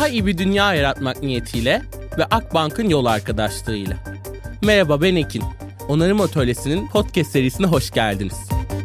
daha iyi bir dünya yaratmak niyetiyle ve Akbank'ın yol arkadaşlığıyla. Merhaba, ben Ekin. Onarım Atölyesi'nin podcast serisine hoş geldiniz.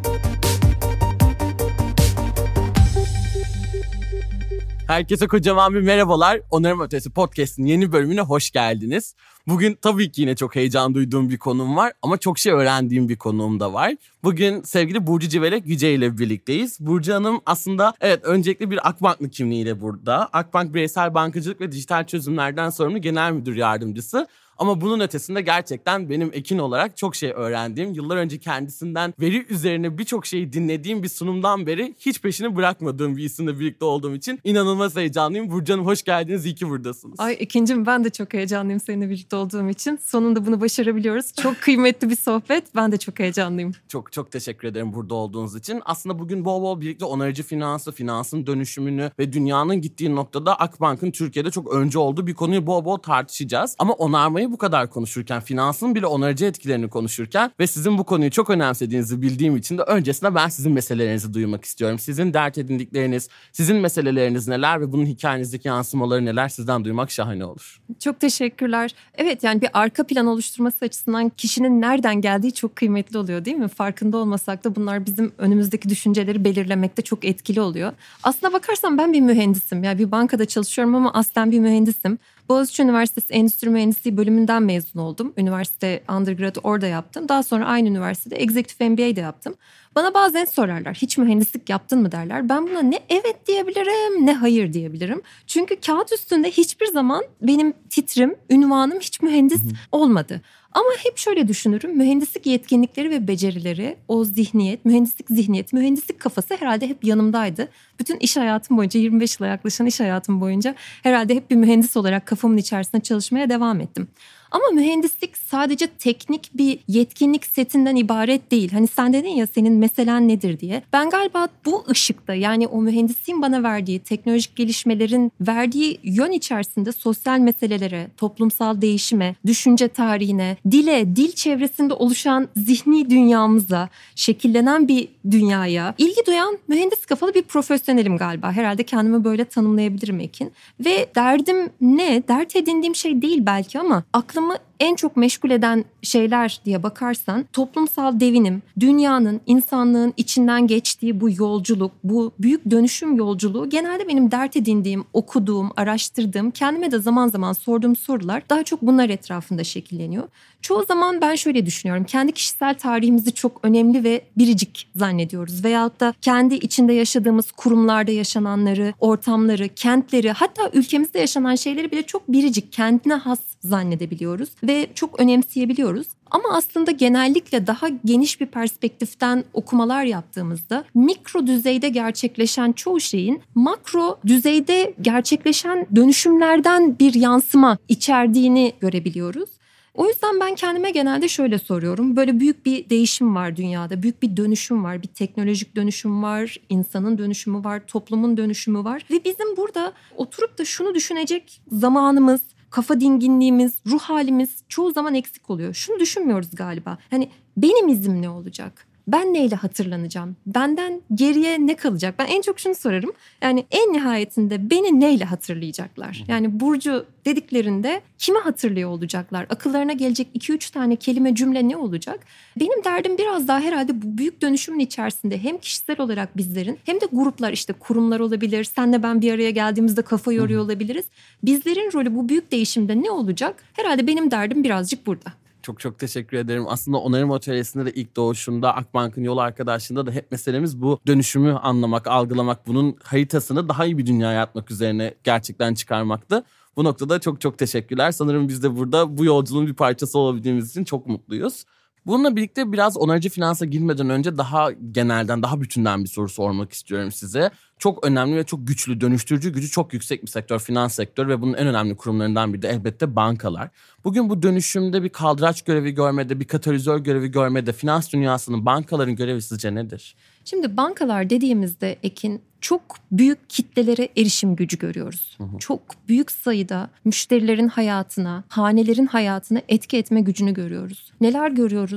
Herkese kocaman bir merhabalar. Onarım Atölyesi Podcast'in yeni bölümüne hoş geldiniz. Bugün tabii ki yine çok heyecan duyduğum bir konuğum var ama çok şey öğrendiğim bir konuğum da var. Bugün sevgili Burcu Civelek Yüce ile birlikteyiz. Burcu Hanım aslında öncelikle bir Akbanklı kimliğiyle burada. Akbank Bireysel Bankacılık ve Dijital Çözümlerden sorumlu Genel Müdür Yardımcısı. Ama bunun ötesinde gerçekten benim Ekin olarak çok şey öğrendiğim, yıllar önce kendisinden veri üzerine birçok şeyi dinlediğim bir sunumdan beri hiç peşini bırakmadığım bir isimle birlikte olduğum için inanılmaz heyecanlıyım. Burcu Hanım hoş geldiniz, iyi ki buradasınız. Ay Ekin'cim, ben de çok heyecanlıyım seninle birlikte olduğum için. Sonunda bunu başarabiliyoruz. Çok kıymetli bir sohbet. Ben de çok heyecanlıyım. Çok çok teşekkür ederim burada olduğunuz için. Aslında bugün bol bol birlikte onarıcı finansı, finansın dönüşümünü ve dünyanın gittiği noktada Akbank'ın Türkiye'de çok önce olduğu bir konuyu bol bol tartışacağız. Ama onarmayı bu kadar konuşurken, finansın bile onarıcı etkilerini konuşurken ve sizin bu konuyu çok önemsediğinizi bildiğim için de öncesinde ben sizin meselelerinizi duymak istiyorum. Sizin dert edindikleriniz, sizin meseleleriniz neler ve bunun hikayenizdeki yansımaları neler, sizden duymak şahane olur. Çok teşekkürler. Evet, yani bir arka plan oluşturması açısından kişinin nereden geldiği çok kıymetli oluyor, değil mi? Farkında olmasak da bunlar bizim önümüzdeki düşünceleri belirlemekte çok etkili oluyor. Aslına bakarsan ben bir mühendisim. Yani bir bankada çalışıyorum ama aslen bir mühendisim. Boğaziçi Üniversitesi Endüstri Mühendisliği bölümünden mezun oldum. Üniversite undergrad'ı orada yaptım. Daha sonra aynı üniversitede Executive MBA'de yaptım. Bana bazen sorarlar, hiç mühendislik yaptın mı derler. Ben buna ne evet diyebilirim ne hayır diyebilirim. Çünkü kağıt üstünde hiçbir zaman benim titrim, ünvanım hiç mühendis olmadı. Ama hep şöyle düşünürüm, mühendislik yetkinlikleri ve becerileri, o zihniyet, mühendislik zihniyeti, mühendislik kafası herhalde hep yanımdaydı. Bütün iş hayatım boyunca, 25 yıla yaklaşan iş hayatım boyunca herhalde hep bir mühendis olarak kafamın içerisinde çalışmaya devam ettim. Ama mühendislik sadece teknik bir yetkinlik setinden ibaret değil. Hani sen dedin ya, senin meselen nedir diye. Ben galiba bu ışıkta, yani o mühendisliğin bana verdiği, teknolojik gelişmelerin verdiği yön içerisinde sosyal meselelere, toplumsal değişime, düşünce tarihine, dile, dil çevresinde oluşan zihni dünyamıza, şekillenen bir dünyaya ilgi duyan mühendis kafalı bir profesyonelim galiba. Herhalde kendimi böyle tanımlayabilirim Ekin. Ve derdim ne? Dert edindiğim şey değil belki ama aklımı en çok meşgul eden şeyler diye bakarsan toplumsal devinim, dünyanın, insanlığın içinden geçtiği bu yolculuk, bu büyük dönüşüm yolculuğu genelde benim dert edindiğim, okuduğum, araştırdığım, kendime de zaman zaman sorduğum sorular daha çok bunlar etrafında şekilleniyor. Çoğu zaman ben şöyle düşünüyorum, kendi kişisel tarihimizi çok önemli ve biricik zannediyoruz. Veyahut da kendi içinde yaşadığımız kurumlarda yaşananları, ortamları, kentleri, hatta ülkemizde yaşanan şeyleri bile çok biricik, kendine has zannedebiliyoruz ve çok önemseyebiliyoruz. Ama aslında genellikle daha geniş bir perspektiften okumalar yaptığımızda mikro düzeyde gerçekleşen çoğu şeyin makro düzeyde gerçekleşen dönüşümlerden bir yansıma içerdiğini görebiliyoruz. O yüzden ben kendime genelde şöyle soruyorum. Böyle büyük bir değişim var dünyada, büyük bir dönüşüm var, bir teknolojik dönüşüm var, insanın dönüşümü var, toplumun dönüşümü var. Ve bizim burada oturup da şunu düşünecek zamanımız, kafa dinginliğimiz, ruh halimiz çoğu zaman eksik oluyor. Şunu düşünmüyoruz galiba. Hani benim izim ne olacak? Ben neyle hatırlanacağım? Benden geriye ne kalacak? Ben en çok şunu sorarım. Yani en nihayetinde beni neyle hatırlayacaklar? Yani Burcu dediklerinde kimi hatırlıyor olacaklar? Akıllarına gelecek 2-3 tane kelime, cümle ne olacak? Benim derdim biraz daha herhalde bu büyük dönüşümün içerisinde hem kişisel olarak bizlerin hem de gruplar, işte kurumlar olabilir. Senle ben bir araya geldiğimizde kafa yoruyor olabiliriz. Bizlerin rolü bu büyük değişimde ne olacak? Herhalde benim derdim birazcık burada. Çok çok teşekkür ederim. Aslında Onarım Atölyesi'nde de ilk doğuşunda Akbank'ın yol arkadaşlığında da hep meselemiz bu dönüşümü anlamak, algılamak, bunun haritasını daha iyi bir dünya yaratmak üzerine gerçekten çıkarmaktı. Bu noktada çok çok teşekkürler. Sanırım biz de burada bu yolculuğun bir parçası olabildiğimiz için çok mutluyuz. Bununla birlikte biraz onarıcı finansa girmeden önce daha genelden, daha bütünden bir soru sormak istiyorum size. Çok önemli ve çok güçlü, dönüştürücü gücü çok yüksek bir sektör, finans sektörü ve bunun en önemli kurumlarından biri de elbette bankalar. Bugün bu dönüşümde bir kaldıraç görevi görmede, bir katalizör görevi görmede finans dünyasının, bankaların görevi sizce nedir? Şimdi bankalar dediğimizde Ekin, çok büyük kitlelere erişim gücü görüyoruz. Çok büyük sayıda müşterilerin hayatına, hanelerin hayatına etki etme gücünü görüyoruz. Neler görüyoruz?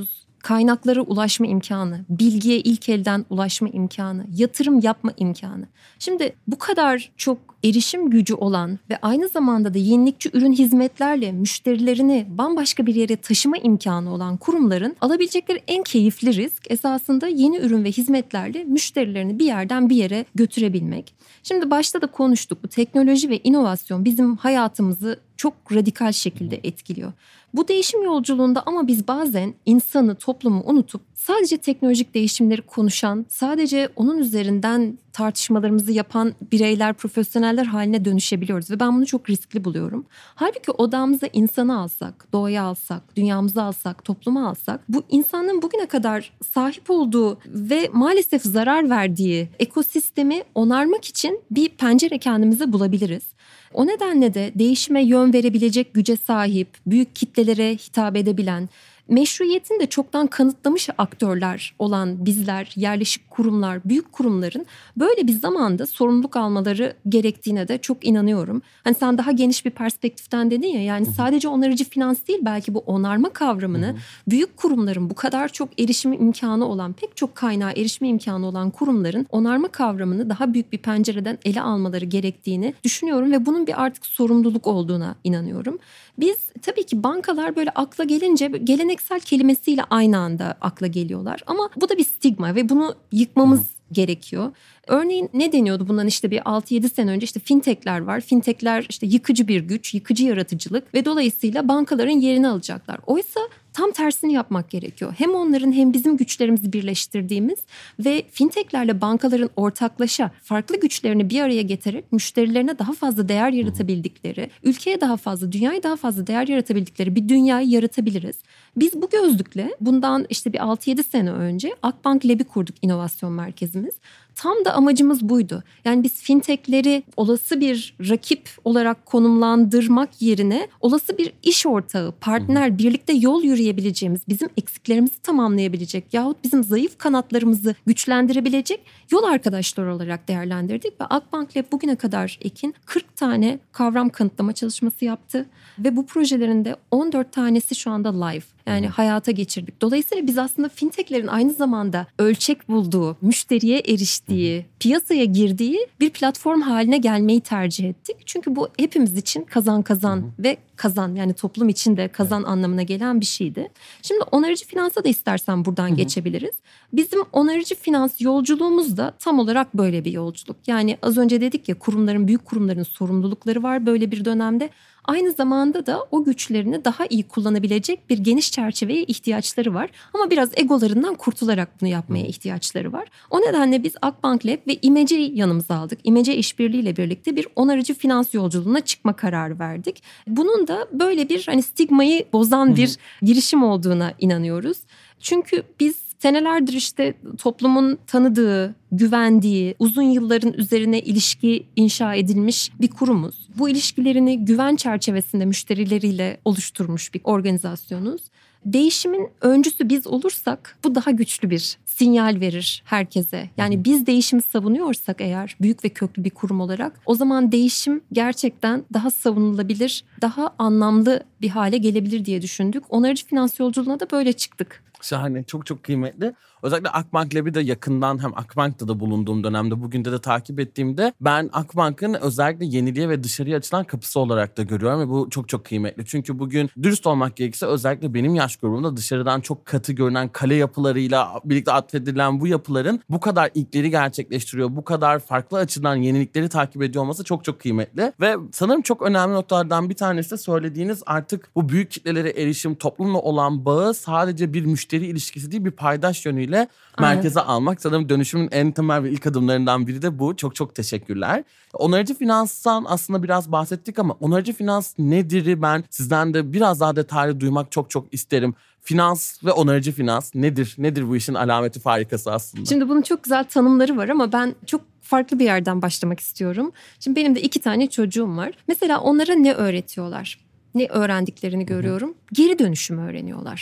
kaynaklara ulaşma imkanı, bilgiye ilk elden ulaşma imkanı, yatırım yapma imkanı. Şimdi bu kadar çok erişim gücü olan ve aynı zamanda da yenilikçi ürün hizmetlerle müşterilerini bambaşka bir yere taşıma imkanı olan kurumların alabilecekleri en keyifli risk esasında yeni ürün ve hizmetlerle müşterilerini bir yerden bir yere götürebilmek. Şimdi başta da konuştuk, bu teknoloji ve inovasyon bizim hayatımızı çok radikal şekilde etkiliyor. Bu değişim yolculuğunda ama biz bazen insanı, toplumu unutup sadece teknolojik değişimleri konuşan, sadece onun üzerinden tartışmalarımızı yapan bireyler, profesyoneller haline dönüşebiliyoruz ve ben bunu çok riskli buluyorum. Halbuki odamıza insanı alsak, doğayı alsak, dünyamızı alsak, toplumu alsak, bu insanın bugüne kadar sahip olduğu ve maalesef zarar verdiği ekosistemi onarmak için bir pencere kendimize bulabiliriz. O nedenle de değişime yön verebilecek güce sahip, büyük kitlelere hitap edebilen, meşruiyetini de çoktan kanıtlamış aktörler olan bizler, yerleşik kurumlar, büyük kurumların böyle bir zamanda sorumluluk almaları gerektiğine de çok inanıyorum. Hani sen daha geniş bir perspektiften dedin ya, yani sadece onarıcı finans değil, belki bu onarma kavramını büyük kurumların, bu kadar çok erişim imkanı olan, pek çok kaynağa erişme imkanı olan kurumların onarma kavramını daha büyük bir pencereden ele almaları gerektiğini düşünüyorum ve bunun bir artık sorumluluk olduğuna inanıyorum. Biz tabii ki bankalar böyle akla gelince geleneksel kelimesiyle aynı anda akla geliyorlar. Ama bu da bir stigma ve bunu yıkmamız gerekiyor. Örneğin ne deniyordu bundan işte bir 6-7 sene önce, işte fintechler var. Fintechler işte yıkıcı bir güç, yıkıcı yaratıcılık ve dolayısıyla bankaların yerini alacaklar. Oysa tam tersini yapmak gerekiyor. Hem onların hem bizim güçlerimizi birleştirdiğimiz ve fintechlerle bankaların ortaklaşa farklı güçlerini bir araya getirerek müşterilerine daha fazla değer yaratabildikleri, ülkeye daha fazla, dünyaya daha fazla değer yaratabildikleri bir dünyayı yaratabiliriz. Biz bu gözlükle bundan işte bir 6-7 sene önce Akbank Lab'i kurduk, inovasyon merkezimiz. Tam da amacımız buydu. Yani biz fintechleri olası bir rakip olarak konumlandırmak yerine olası bir iş ortağı, partner, birlikte yol yürüyebileceğimiz, bizim eksiklerimizi tamamlayabilecek yahut bizim zayıf kanatlarımızı güçlendirebilecek yol arkadaşları olarak değerlendirdik. Ve Akbank Lab bugüne kadar Ekin 40 tane kavram kanıtlama çalışması yaptı. Ve bu projelerin de 14 tanesi şu anda live. Yani hayata geçirdik. Dolayısıyla biz aslında fintechlerin aynı zamanda ölçek bulduğu, müşteriye eriştiği, piyasaya girdiği bir platform haline gelmeyi tercih ettik. Çünkü bu hepimiz için kazan kazan ve kazan, yani toplum için de kazan anlamına gelen bir şeydi. Şimdi onarıcı finansa da istersen buradan geçebiliriz. Bizim onarıcı finans yolculuğumuz da tam olarak böyle bir yolculuk. Yani az önce dedik ya, kurumların, büyük kurumların sorumlulukları var böyle bir dönemde. Aynı zamanda da o güçlerini daha iyi kullanabilecek bir geniş çerçeveye ihtiyaçları var. Ama biraz egolarından kurtularak bunu yapmaya ihtiyaçları var. O nedenle biz Akbank Lab ve İmece'yi yanımıza aldık. İmece işbirliğiyle birlikte bir onarıcı finans yolculuğuna çıkma kararı verdik. Bunun da böyle bir hani stigmayı bozan bir girişim olduğuna inanıyoruz. Çünkü biz senelerdir işte toplumun tanıdığı, güvendiği, uzun yılların üzerine ilişki inşa edilmiş bir kurumuz. Bu ilişkilerini güven çerçevesinde müşterileriyle oluşturmuş bir organizasyonuz. Değişimin öncüsü biz olursak bu daha güçlü bir sinyal verir herkese. Yani biz değişimi savunuyorsak eğer, büyük ve köklü bir kurum olarak, o zaman değişim gerçekten daha savunulabilir, daha anlamlı bir hale gelebilir diye düşündük. Onarıcı finans yolculuğuna da böyle çıktık. Şahane, çok çok kıymetli. Özellikle Akbank Lab'i de yakından, hem Akbank'ta da bulunduğum dönemde, bugün de takip ettiğimde ben Akbank'ın özellikle yeniliğe ve dışarıya açılan kapısı olarak da görüyorum ve bu çok çok kıymetli. Çünkü bugün dürüst olmak gerekirse özellikle benim yaş grubumda dışarıdan çok katı görünen kale yapılarıyla birlikte atfedilen bu yapıların bu kadar ilkleri gerçekleştiriyor, bu kadar farklı açıdan yenilikleri takip ediyor olması çok çok kıymetli. Ve sanırım çok önemli noktalardan bir tanesi de söylediğiniz, artık bu büyük kitlelere erişim, toplumla olan bağı sadece bir müşteri ilişkisi değil, bir paydaş yönüyle merkeze almak. Sanırım dönüşümün en temel ve ilk adımlarından biri de bu. Çok çok teşekkürler. Onarıcı finanstan aslında biraz bahsettik ama onarıcı finans nedir? Ben sizden de biraz daha detaylı duymak çok çok isterim. Finans ve onarıcı finans nedir? Nedir bu işin alameti farikası aslında? Şimdi bunun çok güzel tanımları var ama ben çok farklı bir yerden başlamak istiyorum. Şimdi benim de 2 tane çocuğum var. Mesela onlara ne öğretiyorlar? Ne öğrendiklerini görüyorum? Geri dönüşümü öğreniyorlar.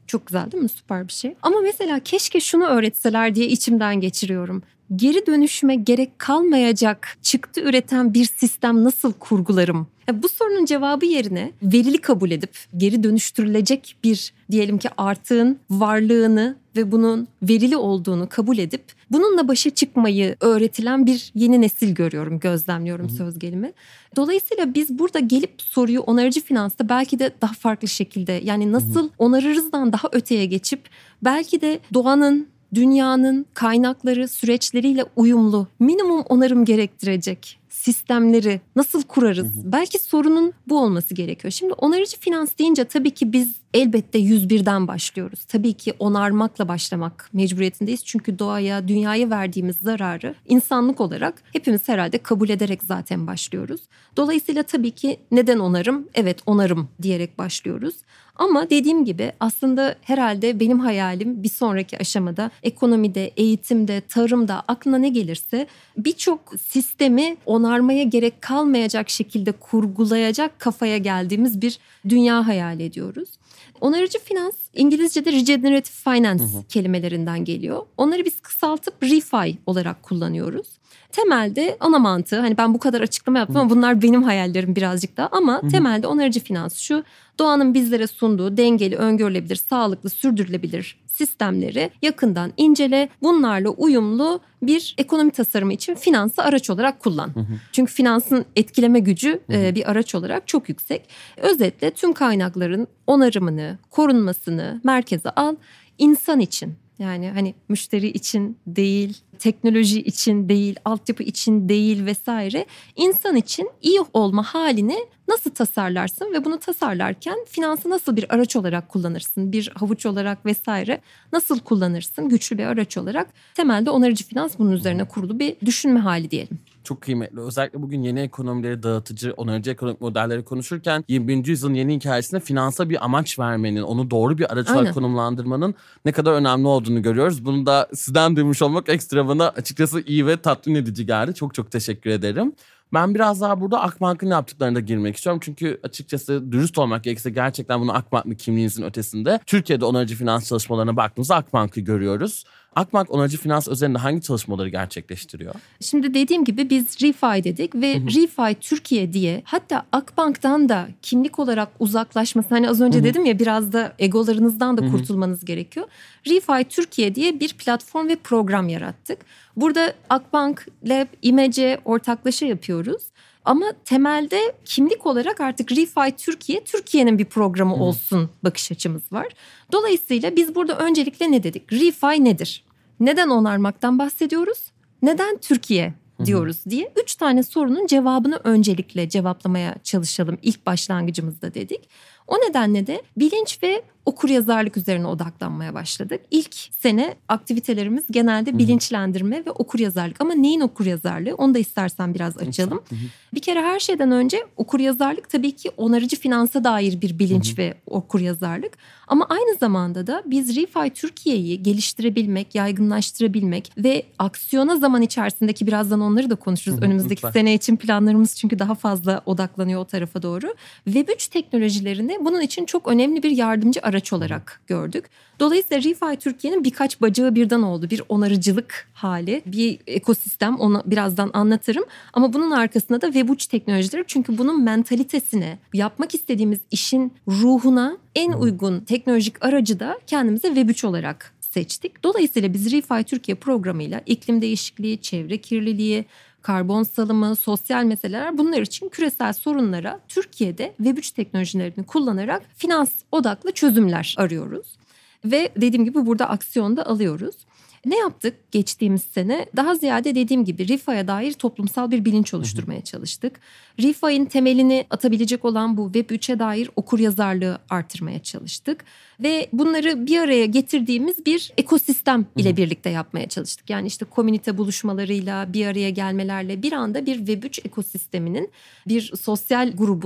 Çok güzel değil mi? Süper bir şey. Ama mesela keşke şunu öğretseler diye içimden geçiriyorum. Geri dönüşüme gerek kalmayacak çıktı üreten bir sistem nasıl kurgularım? Bu sorunun cevabı yerine verili kabul edip geri dönüştürülecek bir diyelim ki artığın varlığını ve bunun verili olduğunu kabul edip bununla başa çıkmayı öğretilen bir yeni nesil görüyorum, gözlemliyorum söz gelimi. Dolayısıyla biz burada gelip soruyu onarıcı finansta belki de daha farklı şekilde, yani nasıl onarırızdan daha öteye geçip belki de doğanın, dünyanın kaynakları, süreçleriyle uyumlu, minimum onarım gerektirecek sistemleri nasıl kurarız? Belki sorunun bu olması gerekiyor. Şimdi onarıcı finans deyince tabii ki biz elbette 101'den başlıyoruz. Tabii ki onarmakla başlamak mecburiyetindeyiz. Çünkü doğaya, dünyaya verdiğimiz zararı insanlık olarak hepimiz herhalde kabul ederek zaten başlıyoruz. Dolayısıyla tabii ki neden onarım? Evet, onarım diyerek başlıyoruz. Ama dediğim gibi aslında herhalde benim hayalim bir sonraki aşamada ekonomide, eğitimde, tarımda aklına ne gelirse birçok sistemi onarmaya gerek kalmayacak şekilde kurgulayacak kafaya geldiğimiz bir dünya hayal ediyoruz. Onarıcı finans İngilizce'de regenerative finance kelimelerinden geliyor. Onları biz kısaltıp refi olarak kullanıyoruz. Temelde ana mantığı, hani ben bu kadar açıklama yaptım ama bunlar benim hayallerim birazcık daha, ama temelde onarıcı finans şu: doğanın bizlere sunduğu dengeli, öngörülebilir, sağlıklı, sürdürülebilir sistemleri yakından incele, bunlarla uyumlu bir ekonomi tasarımı için finansı araç olarak kullan. Çünkü finansın etkileme gücü bir araç olarak çok yüksek. Özetle tüm kaynakların onarımını, korunmasını merkeze al, insan için. Yani hani müşteri için değil, teknoloji için değil, altyapı için değil vesaire. İnsan için iyi olma halini nasıl tasarlarsın ve bunu tasarlarken finansı nasıl bir araç olarak kullanırsın? Bir havuç olarak vesaire nasıl kullanırsın? Güçlü bir araç olarak. Temelde onarıcı finans bunun üzerine kurulu bir düşünme hali diyelim. Çok kıymetli. Özellikle bugün yeni ekonomileri dağıtıcı, onarıcı ekonomik modelleri konuşurken 21. yüzyılın yeni hikayesinde finansa bir amaç vermenin, onu doğru bir araç olarak konumlandırmanın ne kadar önemli olduğunu görüyoruz. Bunu da sizden duymuş olmak ekstra bana açıkçası iyi ve tatmin edici geldi. Çok çok teşekkür ederim. Ben biraz daha burada Akbank'ın yaptıklarına da girmek istiyorum. Çünkü açıkçası dürüst olmak gerekirse gerçekten bunu Akbank'lı kimliğinizin ötesinde Türkiye'de onarıcı finans çalışmalarına baktığımızda Akbank'ı görüyoruz. Akbank onarıcı finans üzerinde hangi çalışmaları gerçekleştiriyor? Şimdi dediğim gibi biz refi dedik ve refi Türkiye diye, hatta Akbank'tan da kimlik olarak uzaklaşması, hani az önce dedim ya, biraz da egolarınızdan da kurtulmanız gerekiyor. Refi Türkiye diye bir platform ve program yarattık. Burada Akbank, Lab, İmece ortaklaşa yapıyoruz. Ama temelde kimlik olarak artık refi Türkiye, Türkiye'nin bir programı olsun bakış açımız var. Dolayısıyla biz burada öncelikle ne dedik? Refi nedir? Neden onarmaktan bahsediyoruz? Neden Türkiye diyoruz diye 3 tane sorunun cevabını öncelikle cevaplamaya çalışalım ilk başlangıcımızda dedik. O nedenle de bilinç ve okuryazarlık üzerine odaklanmaya başladık. İlk sene aktivitelerimiz genelde bilinçlendirme ve okuryazarlık. Ama neyin okuryazarlığı? Onu da istersen biraz açalım. Bir kere her şeyden önce okuryazarlık tabii ki onarıcı finansa dair bir bilinç ve okuryazarlık. Ama aynı zamanda da biz refi Türkiye'yi geliştirebilmek, yaygınlaştırabilmek ve aksiyona zaman içerisindeki, birazdan onları da konuşuruz. Önümüzdeki sene için planlarımız çünkü daha fazla odaklanıyor o tarafa doğru. Web3 teknolojilerini bunun için çok önemli bir yardımcı araç olarak gördük. Dolayısıyla refi Türkiye'nin birkaç bacağı birden oldu. Bir onarıcılık hali, bir ekosistem, onu birazdan anlatırım. Ama bunun arkasında da Web3 teknolojileri, çünkü bunun mentalitesine, yapmak istediğimiz işin ruhuna en uygun teknolojik aracı da kendimize Web3 olarak seçtik. Dolayısıyla biz refi Türkiye programıyla iklim değişikliği, çevre kirliliği, karbon salımı, sosyal meseleler, bunlar için küresel sorunlara Türkiye'de Web3 teknolojilerini kullanarak finans odaklı çözümler arıyoruz. Ve dediğim gibi burada aksiyonda alıyoruz. Ne yaptık geçtiğimiz sene? Daha ziyade dediğim gibi refi'ye dair toplumsal bir bilinç oluşturmaya çalıştık. Refi'nin temelini atabilecek olan bu Web3'e dair okuryazarlığı artırmaya çalıştık. Ve bunları bir araya getirdiğimiz bir ekosistem ile birlikte yapmaya çalıştık. Yani işte komünite buluşmalarıyla, bir araya gelmelerle bir anda bir Web3 ekosisteminin, bir sosyal grubun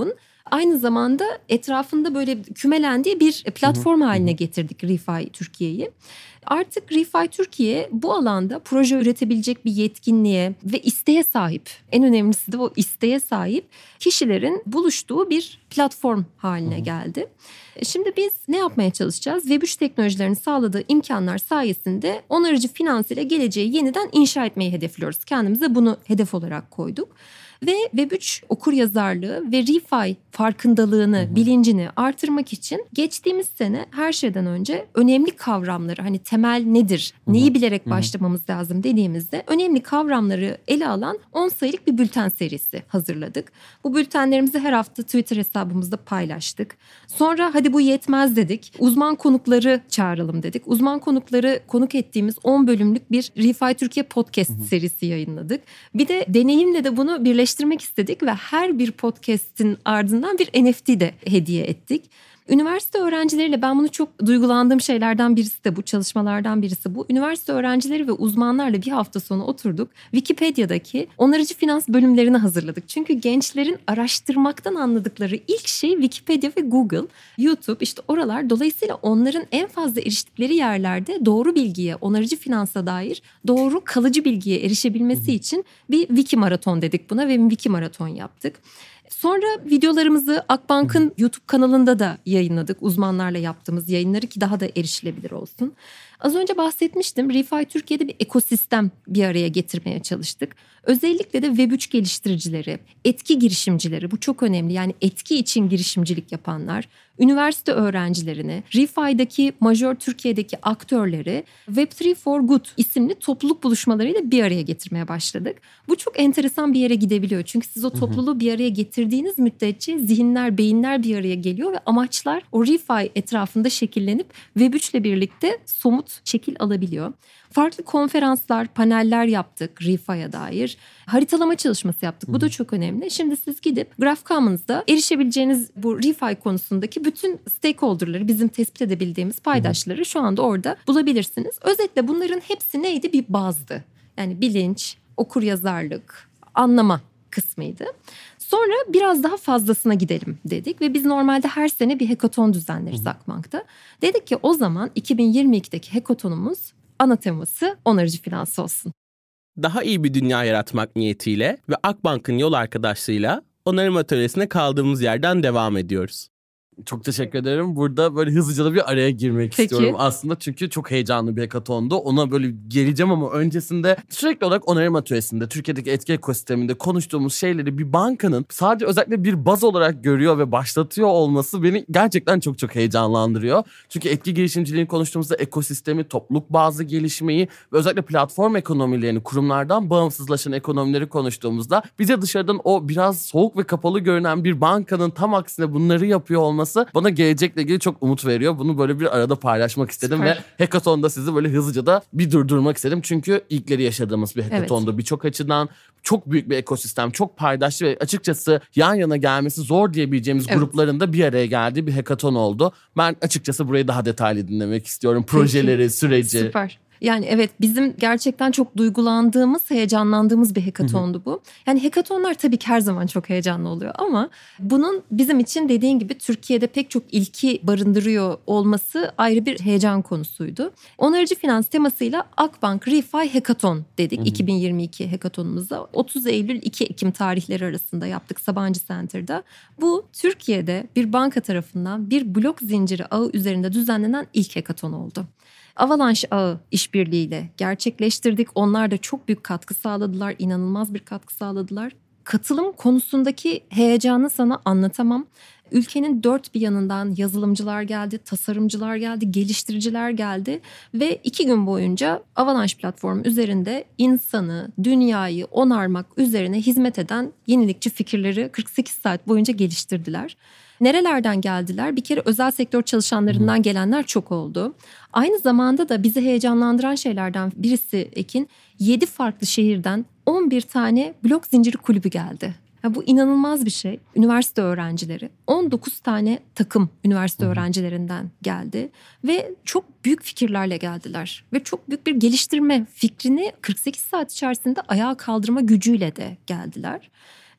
Aynı zamanda etrafında böyle kümelendiği bir platform haline getirdik Refi Türkiye'yi. Artık Refi Türkiye bu alanda proje üretebilecek bir yetkinliğe ve isteğe sahip. En önemlisi de o isteğe sahip kişilerin buluştuğu bir platform haline geldi. Şimdi biz ne yapmaya çalışacağız? Web3 teknolojilerinin sağladığı imkanlar sayesinde onarıcı finans ile geleceği yeniden inşa etmeyi hedefliyoruz. Kendimize bunu hedef olarak koyduk. Ve Web3 okuryazarlığı ve Refi farkındalığını, bilincini artırmak için geçtiğimiz sene her şeyden önce önemli kavramları, hani temel nedir, neyi bilerek başlamamız lazım dediğimizde önemli kavramları ele alan 10 sayılık bir bülten serisi hazırladık. Bu bültenlerimizi her hafta Twitter hesabımızda paylaştık. Sonra hadi bu yetmez dedik. Uzman konukları çağıralım dedik. Uzman konukları konuk ettiğimiz 10 bölümlük bir Refi Türkiye podcast serisi yayınladık. Bir de deneyimle de bunu birleştirmek istedik ve her bir podcast'in ardından bir NFT de hediye ettik. Üniversite öğrencileriyle ben bunu çok duygulandığım şeylerden birisi de bu, çalışmalardan birisi bu. Üniversite öğrencileri ve uzmanlarla bir hafta sonu oturduk. Wikipedia'daki onarıcı finans bölümlerini hazırladık. Çünkü gençlerin araştırmaktan anladıkları ilk şey Wikipedia ve Google, YouTube, işte oralar. Dolayısıyla onların en fazla eriştikleri yerlerde doğru bilgiye, onarıcı finansa dair doğru kalıcı bilgiye erişebilmesi için bir Wiki maraton dedik buna ve bir Wiki maraton yaptık. Sonra videolarımızı Akbank'ın YouTube kanalında da yayınladık. Uzmanlarla yaptığımız yayınları ki daha da erişilebilir olsun. Az önce bahsetmiştim. Refi Türkiye'de bir ekosistem bir araya getirmeye çalıştık. Özellikle de Web3 geliştiricileri, etki girişimcileri, bu çok önemli. Yani etki için girişimcilik yapanlar, üniversite öğrencilerini, Refi'daki majör Türkiye'deki aktörleri Web3 for Good isimli topluluk buluşmalarıyla bir araya getirmeye başladık. Bu çok enteresan bir yere gidebiliyor. Çünkü siz o topluluğu bir araya getirdiğiniz müddetçe zihinler, beyinler bir araya geliyor ve amaçlar o Refi etrafında şekillenip Web3 ile birlikte somut şekil alabiliyor. Farklı konferanslar, paneller yaptık Refi'ye dair. Haritalama çalışması yaptık. Bu da çok önemli. Şimdi siz gidip Graph Commons'da erişebileceğiniz bu Refi konusundaki bütün stakeholder'ları, bizim tespit edebildiğimiz paydaşları şu anda orada bulabilirsiniz. Özetle bunların hepsi neydi? Bir bazdı. Yani bilinç, okuryazarlık, anlama kısmıydı. Sonra biraz daha fazlasına gidelim dedik ve biz normalde her sene bir hackathon düzenleriz Akbank'ta. Dedik ki o zaman 2022'deki hackathonumuz ana teması onarıcı finans olsun. Daha iyi bir dünya yaratmak niyetiyle ve Akbank'ın yol arkadaşlığıyla onarım atölyesine kaldığımız yerden devam ediyoruz. Çok teşekkür ederim. Burada böyle hızlıca da bir araya girmek Peki. istiyorum aslında. Çünkü çok heyecanlı bir hackathondu. Ona böyle geleceğim ama öncesinde sürekli olarak onarım atölyesinde, Türkiye'deki etki ekosisteminde konuştuğumuz şeyleri bir bankanın sadece özellikle bir baz olarak görüyor ve başlatıyor olması beni gerçekten çok çok heyecanlandırıyor. Çünkü etki girişimciliğini konuştuğumuzda ekosistemi, topluluk bazlı gelişmeyi ve özellikle platform ekonomilerini, kurumlardan bağımsızlaşan ekonomileri konuştuğumuzda bize dışarıdan o biraz soğuk ve kapalı görünen bir bankanın tam aksine bunları yapıyor olması bana gelecekle ilgili çok umut veriyor. Bunu böyle bir arada paylaşmak istedim. Süper. Ve hackathon'da sizi böyle hızlıca da bir durdurmak istedim. Çünkü ilkleri yaşadığımız bir hackathon'du. Birçok açıdan çok büyük bir ekosistem, çok paydaşlı ve açıkçası yan yana gelmesi zor diyebileceğimiz grupların da bir araya geldiği bir hackathon oldu. Ben açıkçası burayı daha detaylı dinlemek istiyorum. Projeleri, süreci. Süper. Yani evet, bizim gerçekten çok duygulandığımız, heyecanlandığımız bir hackathondu bu. Yani hackathonlar tabii ki her zaman çok heyecanlı oluyor ama bunun bizim için dediğin gibi Türkiye'de pek çok ilki barındırıyor olması ayrı bir heyecan konusuydu. Onarıcı finans temasıyla Akbank Refi Hackathon dedik 2022 hackathonumuzda. 30 Eylül 2 Ekim tarihleri arasında yaptık Sabancı Center'da. Bu Türkiye'de bir banka tarafından bir blok zinciri ağı üzerinde düzenlenen ilk hackathon oldu. Avalanche ağı işbirliğiyle gerçekleştirdik. Onlar da çok büyük katkı sağladılar, inanılmaz bir katkı sağladılar. Katılım konusundaki heyecanı sana anlatamam. Ülkenin dört bir yanından yazılımcılar geldi, tasarımcılar geldi, geliştiriciler geldi ve 2 gün boyunca Avalanche platformu üzerinde insanı, dünyayı onarmak üzerine hizmet eden yenilikçi fikirleri 48 saat boyunca geliştirdiler. Nerelerden geldiler? Bir kere özel sektör çalışanlarından gelenler çok oldu. Aynı zamanda da bizi heyecanlandıran şeylerden birisi Ekin, 7 farklı şehirden 11 tane blok zinciri kulübü geldi. Ya bu inanılmaz bir şey. Üniversite öğrencileri, 19 tane takım üniversite öğrencilerinden geldi ve çok büyük fikirlerle geldiler. Ve çok büyük bir geliştirme fikrini 48 saat içerisinde ayağa kaldırma gücüyle de geldiler.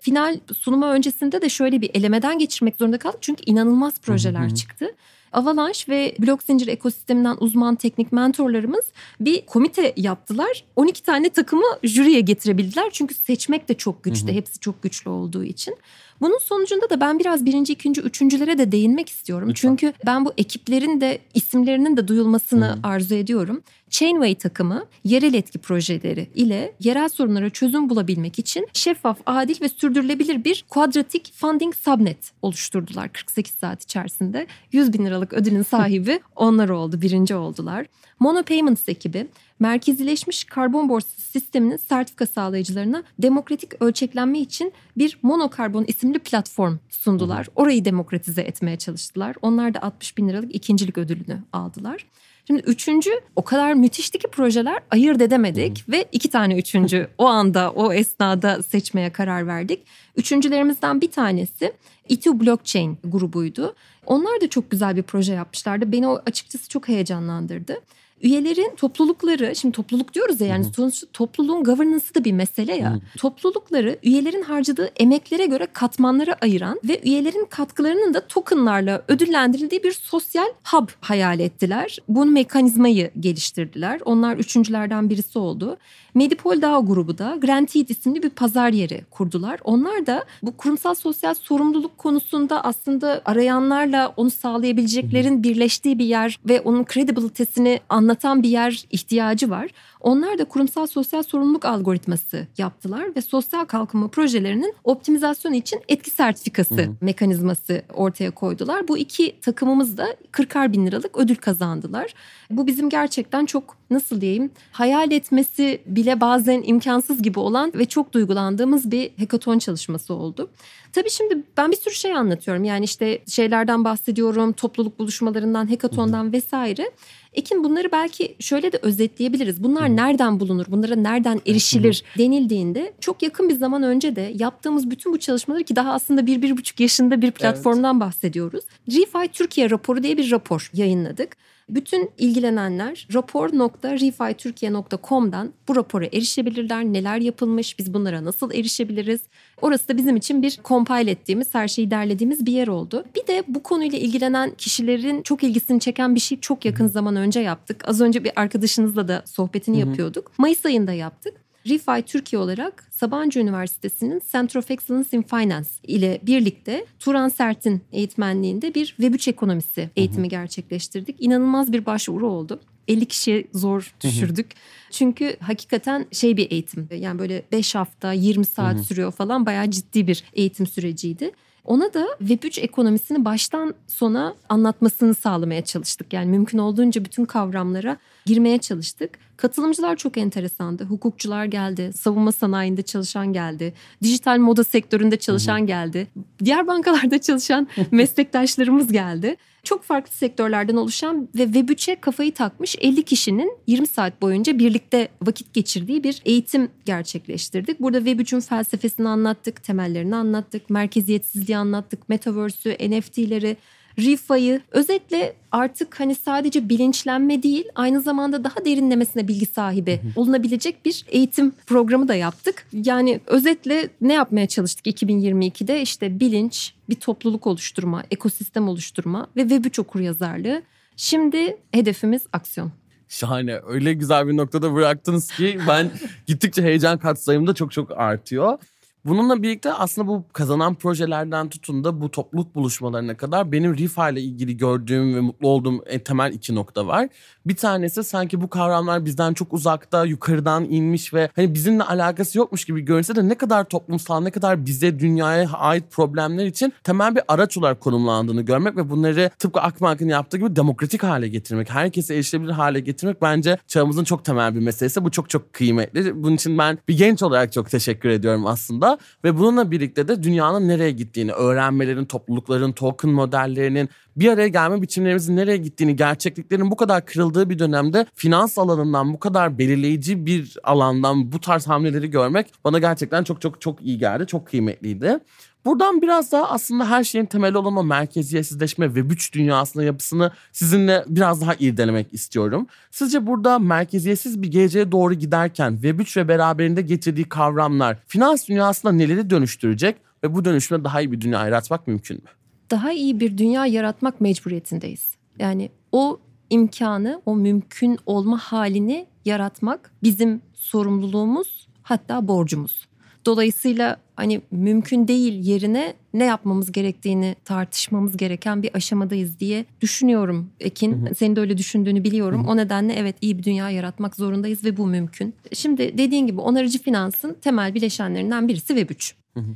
Final sunumu öncesinde de şöyle bir elemeden geçirmek zorunda kaldık. Çünkü inanılmaz projeler çıktı. Avalanche ve blok zincir ekosisteminden uzman teknik mentorlarımız bir komite yaptılar. 12 tane takımı jüriye getirebildiler. Çünkü seçmek de çok güçtü. Hepsi çok güçlü olduğu için. Bunun sonucunda da ben biraz birinci, ikinci, üçüncülere de değinmek istiyorum. Lütfen. Çünkü ben bu ekiplerin de isimlerinin de duyulmasını arzu ediyorum. Chainway takımı yerel etki projeleri ile yerel sorunlara çözüm bulabilmek için şeffaf, adil ve sürdürülebilir bir Quadratic Funding Subnet oluşturdular 48 saat içerisinde. 100 bin liralık ödülün sahibi onlar oldu, birinci oldular. Mono Payments ekibi merkezileşmiş karbon borsası sisteminin sertifika sağlayıcılarına demokratik ölçeklenme için bir monokarbon isimli platform sundular. Orayı demokratize etmeye çalıştılar. Onlar da 60 bin liralık ikincilik ödülünü aldılar. Şimdi üçüncü o kadar müthişti ki projeler ayırt edemedik ve 2 tane üçüncü o anda o esnada seçmeye karar verdik. Üçüncülerimizden bir tanesi Itu Blockchain grubuydu. Onlar da çok güzel bir proje yapmışlardı. Beni o açıkçası çok heyecanlandırdı. Üyelerin toplulukları, şimdi topluluk diyoruz ya, yani sonuçta topluluğun governance'ı da bir mesele ya. Toplulukları üyelerin harcadığı emeklere göre katmanlara ayıran ve üyelerin katkılarının da tokenlarla ödüllendirildiği bir sosyal hub hayal ettiler. Bu mekanizmayı geliştirdiler. Onlar üçüncülerden birisi oldu. Medipol DAO grubu da Granted isimli bir pazar yeri kurdular. Onlar da bu kurumsal sosyal sorumluluk konusunda aslında arayanlarla onu sağlayabileceklerin birleştiği bir yer ve onun credibility'sini anlatan bir yer ihtiyacı var. Onlar da kurumsal sosyal sorumluluk algoritması yaptılar ve sosyal kalkınma projelerinin optimizasyonu için etki sertifikası mekanizması ortaya koydular. Bu iki takımımız da 40'ar bin liralık ödül kazandılar. Bu bizim gerçekten çok, nasıl diyeyim, hayal etmesi bile bazen imkansız gibi olan ve çok duygulandığımız bir hackathon çalışması oldu. Tabii şimdi ben bir sürü şey anlatıyorum. Yani işte şeylerden bahsediyorum, topluluk buluşmalarından, hackathondan vesaire. Ekin, bunları belki şöyle de özetleyebiliriz. Bunlar nereden bulunur, bunlara nereden erişilir denildiğinde çok yakın bir zaman önce de yaptığımız bütün bu çalışmaları, ki daha aslında 1-1,5 yaşında bir platformdan bahsediyoruz. ReFi Türkiye raporu diye bir rapor yayınladık. Bütün ilgilenenler rapor.refitürkiye.com'dan bu rapora erişebilirler. Neler yapılmış, biz bunlara nasıl erişebiliriz? Orası da bizim için bir compile ettiğimiz, her şeyi derlediğimiz bir yer oldu. Bir de bu konuyla ilgilenen kişilerin çok ilgisini çeken bir şey çok yakın zaman önce yaptık. Az önce bir arkadaşınızla da sohbetini yapıyorduk. Mayıs ayında yaptık. ReFi Türkiye olarak Sabancı Üniversitesi'nin Center of Excellence in Finance ile birlikte Turan Sert'in eğitmenliğinde bir Web3 ekonomisi eğitimi gerçekleştirdik. İnanılmaz bir başvuru oldu. 50 kişiye zor düşürdük. Çünkü hakikaten bir eğitim. Yani böyle 5 hafta 20 saat sürüyor falan, bayağı ciddi bir eğitim süreciydi. Ona da Web3 ekonomisini baştan sona anlatmasını sağlamaya çalıştık. Yani mümkün olduğunca bütün kavramlara girmeye çalıştık. Katılımcılar çok enteresandı. Hukukçular geldi, savunma sanayinde çalışan geldi, dijital moda sektöründe çalışan geldi, diğer bankalarda çalışan meslektaşlarımız geldi. Çok farklı sektörlerden oluşan ve Web3'e kafayı takmış 50 kişinin 20 saat boyunca birlikte vakit geçirdiği bir eğitim gerçekleştirdik. Burada Web3'ün felsefesini anlattık, temellerini anlattık, merkeziyetsizliği anlattık, Metaverse'ü, NFT'leri, ReFi'yi. Özetle artık hani sadece bilinçlenme değil, aynı zamanda daha derinlemesine bilgi sahibi olunabilecek bir eğitim programı da yaptık. Yani özetle ne yapmaya çalıştık 2022'de? İşte bilinç, bir topluluk oluşturma, ekosistem oluşturma ve Web3 okuryazarlığı. Şimdi hedefimiz aksiyon. Şahane. Öyle güzel bir noktada bıraktınız ki ben gittikçe heyecan katsayım da çok artıyor. Bununla birlikte aslında bu kazanan projelerden tutun da bu topluluk buluşmalarına kadar benim ReFi ile ilgili gördüğüm ve mutlu olduğum temel 2 nokta var. Bir tanesi, sanki bu kavramlar bizden çok uzakta, yukarıdan inmiş ve hani bizimle alakası yokmuş gibi görünse de ne kadar toplumsal, ne kadar bize, dünyaya ait problemler için temel bir araç olarak konumlandığını görmek ve bunları tıpkı Akbank'ın yaptığı gibi demokratik hale getirmek, herkese erişilebilir hale getirmek bence çağımızın çok temel bir meselesi. Bu çok kıymetli. Bunun için ben bir genç olarak çok teşekkür ediyorum aslında. Ve bununla birlikte de dünyanın nereye gittiğini, öğrenmelerin, toplulukların, token modellerinin, bir araya gelme biçimlerimizin nereye gittiğini, gerçekliklerin bu kadar kırıldığı bir dönemde finans alanından, bu kadar belirleyici bir alandan bu tarz hamleleri görmek bana gerçekten çok iyi geldi, çok kıymetliydi. Buradan biraz daha aslında her şeyin temeli olan o merkeziyetsizleşme Web3 dünyasının yapısını sizinle biraz daha irdelemek istiyorum. Sizce burada merkeziyetsiz bir geleceğe doğru giderken Web3 ve beraberinde getirdiği kavramlar finans dünyasında neleri dönüştürecek ve bu dönüşümde daha iyi bir dünya yaratmak mümkün mü? Daha iyi bir dünya yaratmak mecburiyetindeyiz. Yani o imkanı, o mümkün olma halini yaratmak bizim sorumluluğumuz, hatta borcumuz. Dolayısıyla hani mümkün değil yerine ne yapmamız gerektiğini tartışmamız gereken bir aşamadayız diye düşünüyorum Ekin. Senin de öyle düşündüğünü biliyorum. O nedenle evet, iyi bir dünya yaratmak zorundayız ve bu mümkün. Şimdi dediğin gibi onarıcı finansın temel bileşenlerinden birisi Web3.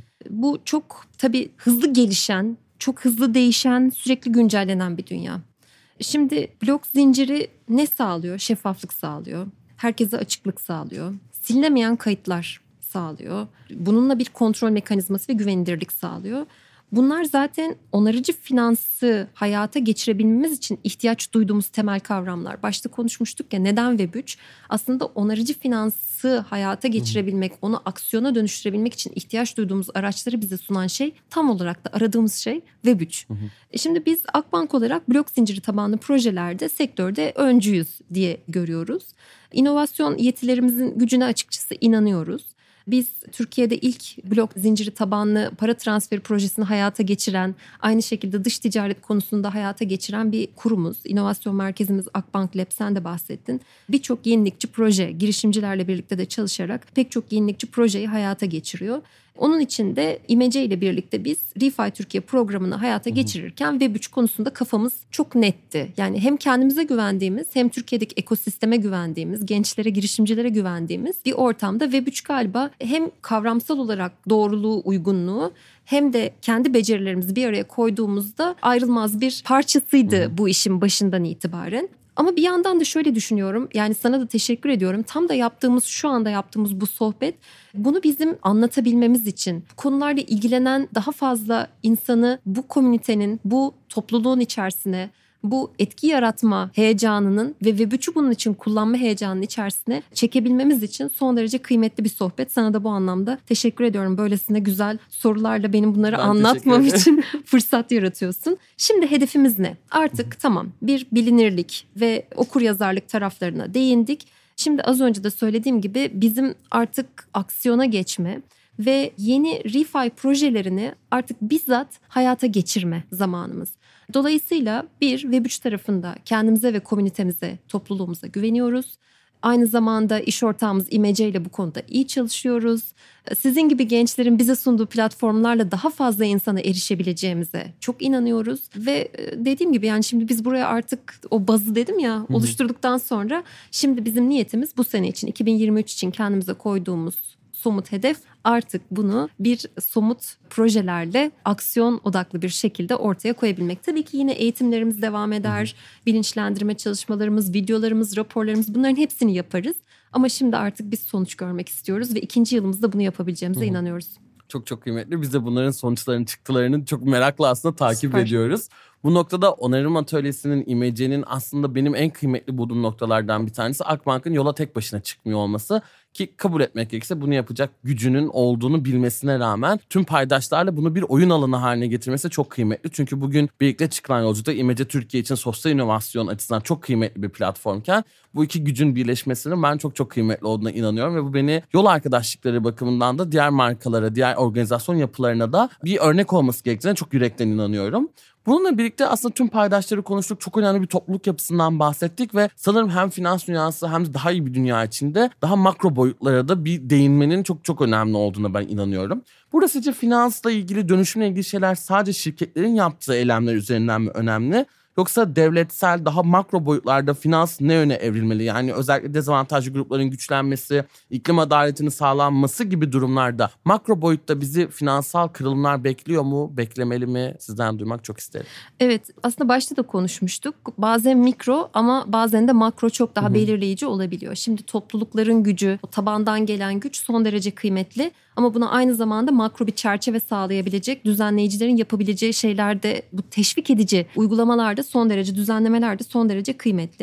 Bu çok tabii hızlı gelişen, çok hızlı değişen, sürekli güncellenen bir dünya. Şimdi blok zinciri ne sağlıyor? Şeffaflık sağlıyor. Herkese açıklık sağlıyor. Silinemeyen kayıtlar sağlıyor. Bununla bir kontrol mekanizması ve güvenilirlik sağlıyor. Bunlar zaten onarıcı finansı hayata geçirebilmemiz için ihtiyaç duyduğumuz temel kavramlar. Başta konuşmuştuk ya, neden Web3? Aslında onarıcı finansı hayata geçirebilmek, onu aksiyona dönüştürebilmek için ihtiyaç duyduğumuz araçları bize sunan şey, tam olarak da aradığımız şey Web3. Şimdi biz Akbank olarak blok zinciri tabanlı projelerde sektörde öncüyüz diye görüyoruz. İnovasyon yetilerimizin gücüne açıkçası inanıyoruz. Biz Türkiye'de ilk blok zinciri tabanlı para transferi projesini hayata geçiren, aynı şekilde dış ticaret konusunda hayata geçiren bir kurumuz. İnovasyon merkezimiz Akbank Lab, sen de bahsettin. Birçok yenilikçi proje, girişimcilerle birlikte de çalışarak pek çok yenilikçi projeyi hayata geçiriyor. Onun için de İMC ile birlikte biz ReFi Türkiye programını hayata geçirirken Web3 konusunda kafamız çok netti. Yani hem kendimize güvendiğimiz, hem Türkiye'deki ekosisteme güvendiğimiz, gençlere, girişimcilere güvendiğimiz bir ortamda Web3 galiba hem kavramsal olarak doğruluğu, uygunluğu, hem de kendi becerilerimizi bir araya koyduğumuzda ayrılmaz bir parçasıydı bu işin başından itibaren. Ama bir yandan da şöyle düşünüyorum, yani sana da teşekkür ediyorum. Tam da şu anda yaptığımız bu sohbet, bunu bizim anlatabilmemiz için, bu konularla ilgilenen daha fazla insanı bu komünitenin, bu topluluğun içerisine, bu etki yaratma heyecanının ve Web3'ü bunun için kullanma heyecanının içerisine çekebilmemiz için son derece kıymetli bir sohbet. Sana da bu anlamda teşekkür ediyorum. Böylesine güzel sorularla benim bunları anlatmam için fırsat yaratıyorsun. Şimdi hedefimiz ne? Artık tamam, bir bilinirlik ve okuryazarlık taraflarına değindik. Şimdi az önce de söylediğim gibi bizim artık aksiyona geçme ve yeni ReFi projelerini artık bizzat hayata geçirme zamanımız. Dolayısıyla Web3 tarafında kendimize ve komünitemize, topluluğumuza güveniyoruz. Aynı zamanda iş ortağımız İMC ile bu konuda iyi çalışıyoruz. Sizin gibi gençlerin bize sunduğu platformlarla daha fazla insana erişebileceğimize çok inanıyoruz. Ve dediğim gibi yani şimdi biz buraya artık o bazı dedim ya oluşturduktan sonra şimdi bizim niyetimiz bu sene için, 2023 için kendimize koyduğumuz somut hedef, artık bunu bir somut projelerle aksiyon odaklı bir şekilde ortaya koyabilmek. Tabii ki yine eğitimlerimiz devam eder, bilinçlendirme çalışmalarımız, videolarımız, raporlarımız, bunların hepsini yaparız. Ama şimdi artık biz sonuç görmek istiyoruz ve 2. yılımızda bunu yapabileceğimize inanıyoruz. Çok çok kıymetli. Biz de bunların sonuçlarını, çıktılarını çok merakla aslında takip ediyoruz. Bu noktada Onarım Atölyesi'nin, İMC'nin aslında benim en kıymetli bulduğum noktalardan bir tanesi Akbank'ın yola tek başına çıkmıyor olması. Ki kabul etmek gerekirse bunu yapacak gücünün olduğunu bilmesine rağmen tüm paydaşlarla bunu bir oyun alanı haline getirmesi çok kıymetli. Çünkü bugün birlikte çıkılan yolculukta İMC Türkiye için sosyal inovasyon açısından çok kıymetli bir platformken bu iki gücün birleşmesinin ben çok çok kıymetli olduğuna inanıyorum. Ve bu beni yol arkadaşlıkları bakımından da diğer markalara, diğer organizasyon yapılarına da bir örnek olması gerektiğine çok yürekten inanıyorum. Bununla birlikte aslında tüm paydaşları konuştuk. Çok önemli bir topluluk yapısından bahsettik ve sanırım hem finans dünyası hem de daha iyi bir dünya içinde daha makro boyutlara da bir değinmenin çok çok önemli olduğuna ben inanıyorum. Burada sizce finansla ilgili, dönüşümle ilgili şeyler sadece şirketlerin yaptığı eylemler üzerinden mi önemli? Yoksa devletsel daha makro boyutlarda finans ne yöne evrilmeli? Yani özellikle dezavantajlı grupların güçlenmesi, iklim adaletinin sağlanması gibi durumlarda makro boyutta bizi finansal kırılımlar bekliyor mu? Beklemeli mi? Sizden duymak çok isterim. Evet, aslında başta da konuşmuştuk. Bazen mikro ama bazen de makro çok daha belirleyici olabiliyor. Şimdi toplulukların gücü, o tabandan gelen güç son derece kıymetli. Ama buna aynı zamanda makro bir çerçeve sağlayabilecek, düzenleyicilerin yapabileceği şeyler de, bu teşvik edici uygulamalarda son derece, düzenlemelerde son derece kıymetli.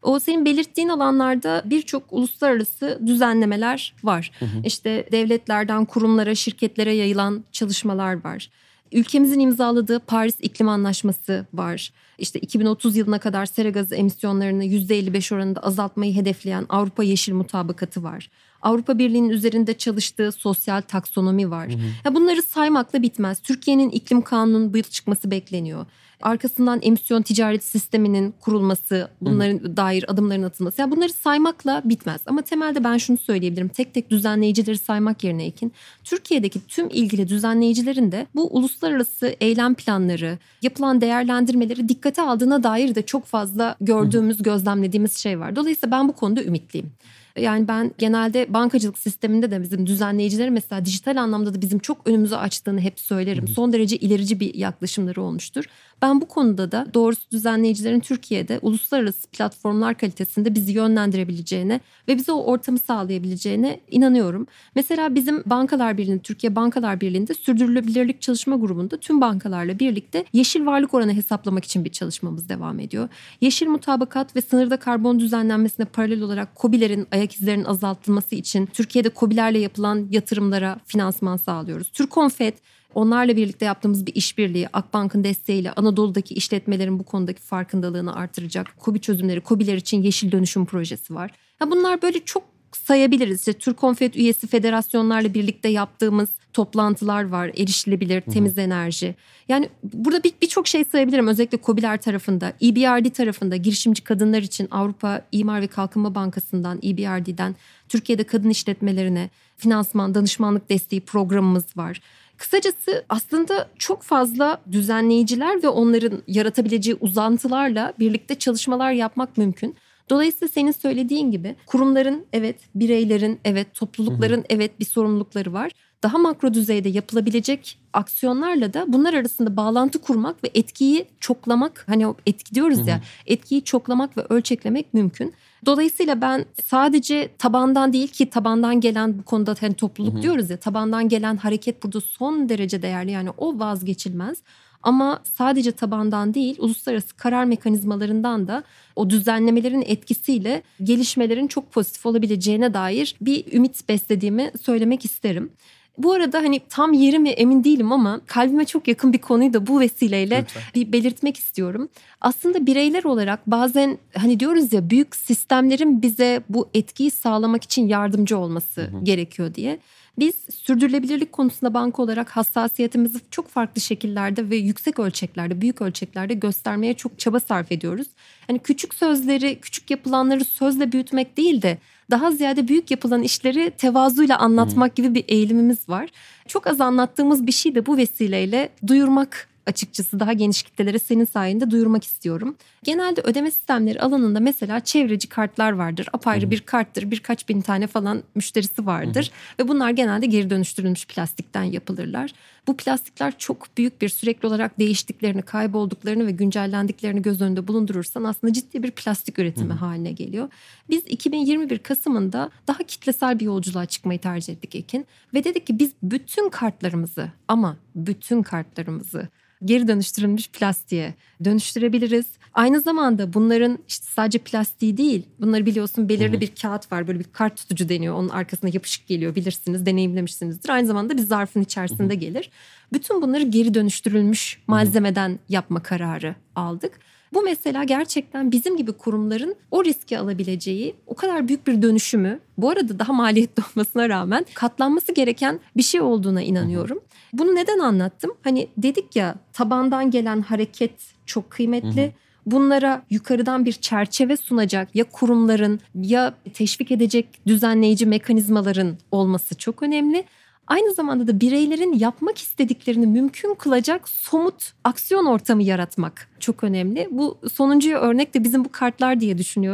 O senin belirttiğin alanlarda birçok uluslararası düzenlemeler var. İşte devletlerden kurumlara, şirketlere yayılan çalışmalar var. Ülkemizin imzaladığı Paris İklim Anlaşması var. İşte 2030 yılına kadar sera gazı emisyonlarını %55 oranında azaltmayı hedefleyen Avrupa Yeşil Mutabakatı var. Avrupa Birliği'nin üzerinde çalıştığı sosyal taksonomi var. Ya bunları saymakla bitmez. Türkiye'nin iklim kanununun bu yıl çıkması bekleniyor. Arkasından emisyon ticaret sisteminin kurulması, bunların dair adımların atılması. Yani bunları saymakla bitmez. Ama temelde ben şunu söyleyebilirim. Tek tek düzenleyicileri saymak yerine Ekin, Türkiye'deki tüm ilgili düzenleyicilerin de bu uluslararası eylem planları, yapılan değerlendirmeleri dikkate aldığına dair de çok fazla gördüğümüz, gözlemlediğimiz şey var. Dolayısıyla ben bu konuda ümitliyim. Yani ben genelde bankacılık sisteminde de bizim düzenleyicileri mesela dijital anlamda da bizim çok önümüzü açtığını hep söylerim. Son derece ilerici bir yaklaşımları olmuştur. Ben bu konuda da doğrusu düzenleyicilerin Türkiye'de uluslararası platformlar kalitesinde bizi yönlendirebileceğine ve bize o ortamı sağlayabileceğine inanıyorum. Mesela bizim Bankalar Birliği'nde, Türkiye Bankalar Birliği'nde sürdürülebilirlik çalışma grubunda tüm bankalarla birlikte yeşil varlık oranı hesaplamak için bir çalışmamız devam ediyor. Yeşil mutabakat ve sınırda karbon düzenlenmesine paralel olarak KOBİ'lerin ayak izlerinin azaltılması için Türkiye'de KOBİ'lerle yapılan yatırımlara finansman sağlıyoruz. Türkonfet, onlarla birlikte yaptığımız bir işbirliği, Akbank'ın desteğiyle Anadolu'daki işletmelerin bu konudaki farkındalığını artıracak KOBİ çözümleri, KOBİ'ler için yeşil dönüşüm projesi var. Ya bunlar böyle çok sayabiliriz. İşte Türkonfet üyesi federasyonlarla birlikte yaptığımız toplantılar var. Erişilebilir, temiz enerji. Yani burada birçok şey sayabilirim. Özellikle KOBİ'ler tarafında, EBRD tarafında girişimci kadınlar için Avrupa İmar ve Kalkınma Bankası'ndan, EBRD'den Türkiye'de kadın işletmelerine finansman, danışmanlık desteği programımız var. Kısacası aslında çok fazla düzenleyiciler ve onların yaratabileceği uzantılarla birlikte çalışmalar yapmak mümkün. Dolayısıyla senin söylediğin gibi kurumların evet, bireylerin evet, toplulukların evet bir sorumlulukları var. Daha makro düzeyde yapılabilecek aksiyonlarla da bunlar arasında bağlantı kurmak ve etkiyi çoklamak, hani o etki diyoruz ya, etkiyi çoklamak ve ölçeklemek mümkün. Dolayısıyla ben sadece tabandan değil ki tabandan gelen bu konuda hani topluluk diyoruz ya, tabandan gelen hareket burada son derece değerli, yani o vazgeçilmez. Ama sadece tabandan değil, uluslararası karar mekanizmalarından da o düzenlemelerin etkisiyle gelişmelerin çok pozitif olabileceğine dair bir ümit beslediğimi söylemek isterim. Bu arada hani tam yeri mi emin değilim ama kalbime çok yakın bir konuyu da bu vesileyle bir belirtmek istiyorum. Aslında bireyler olarak bazen hani diyoruz ya, büyük sistemlerin bize bu etkiyi sağlamak için yardımcı olması gerekiyor diye. Biz sürdürülebilirlik konusunda banka olarak hassasiyetimizi çok farklı şekillerde ve yüksek ölçeklerde, büyük ölçeklerde göstermeye çok çaba sarf ediyoruz. Yani küçük sözleri, küçük yapılanları sözle büyütmek değil de daha ziyade büyük yapılan işleri tevazuyla anlatmak gibi bir eğilimimiz var. Çok az anlattığımız bir şey de bu vesileyle duyurmak, açıkçası daha geniş kitlelere senin sayende duyurmak istiyorum. Genelde ödeme sistemleri alanında mesela çevreci kartlar vardır. Apayrı bir karttır. Birkaç bin tane falan müşterisi vardır. Ve bunlar genelde geri dönüştürülmüş plastikten yapılırlar. Bu plastikler çok büyük bir, sürekli olarak değiştiklerini, kaybolduklarını ve güncellendiklerini göz önünde bulundurursan aslında ciddi bir plastik üretimi haline geliyor. Biz 2021 Kasım'ında daha kitlesel bir yolculuğa çıkmayı tercih ettik Ekin. Ve dedik ki biz bütün kartlarımızı, ama bütün kartlarımızı geri dönüştürülmüş plastiğe dönüştürebiliriz. Aynı zamanda bunların işte sadece plastiği değil, bunları biliyorsun belirli bir kağıt var, böyle bir kart tutucu deniyor. Onun arkasına yapışık geliyor, bilirsiniz, deneyimlemişsinizdir. Aynı zamanda bir zarfın içerisinde gelir. Bütün bunları geri dönüştürülmüş malzemeden yapma kararı aldık. Bu mesela gerçekten bizim gibi kurumların o riski alabileceği, o kadar büyük bir dönüşümü, bu arada daha maliyetli olmasına rağmen katlanması gereken bir şey olduğuna inanıyorum. Bunu neden anlattım? Hani dedik ya, tabandan gelen hareket çok kıymetli. Bunlara yukarıdan bir çerçeve sunacak ya kurumların ya teşvik edecek düzenleyici mekanizmaların olması çok önemli. Aynı zamanda da bireylerin yapmak istediklerini mümkün kılacak somut aksiyon ortamı yaratmak çok önemli. Bu sonuncuya örnek de bizim bu kartlar diye düşünüyorum.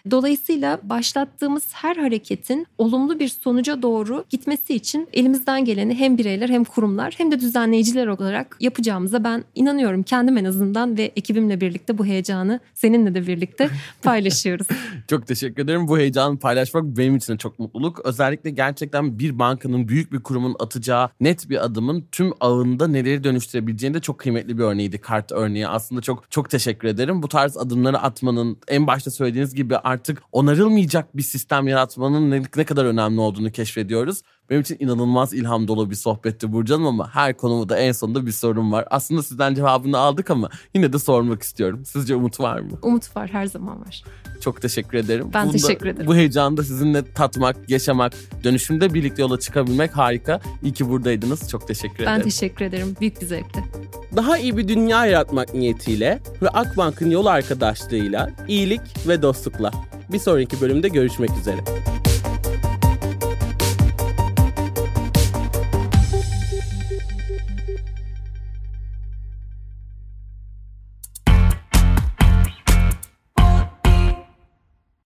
Dolayısıyla başlattığımız her hareketin olumlu bir sonuca doğru gitmesi için elimizden geleni hem bireyler hem kurumlar hem de düzenleyiciler olarak yapacağımıza ben inanıyorum. Kendim en azından ve ekibimle birlikte bu heyecanı seninle de birlikte paylaşıyoruz. Çok teşekkür ederim. Bu heyecanı paylaşmak benim için de çok mutluluk. Özellikle gerçekten bir bankanın, büyük bir kurumun atacağı net bir adımın tüm ağında neleri dönüştürebileceğinde çok kıymetli bir örneğiydi. Kart örneği. Aslında çok teşekkür ederim. Bu tarz adımları atmanın, en başta söylediğiniz gibi artık onarılmayacak bir sistem yaratmanın ne kadar önemli olduğunu keşfediyoruz. Benim için inanılmaz ilham dolu bir sohbetti Burcu Hanım ama her konuda en sonunda bir sorun var. Aslında sizden cevabını aldık ama yine de sormak istiyorum. Sizce umut var mı? Umut var, her zaman var. Çok teşekkür ederim. Ben teşekkür ederim. Bu heyecanı da sizinle tatmak, yaşamak, dönüşümde birlikte yola çıkabilmek harika. İyi ki buradaydınız. Çok teşekkür ederim. Ben teşekkür ederim. Büyük bir zevkti. Daha iyi bir dünya yaratmak niyetiyle ve Akbank'ın yol arkadaşlığıyla iyilik ve dostlukla. Bir sonraki bölümde görüşmek üzere.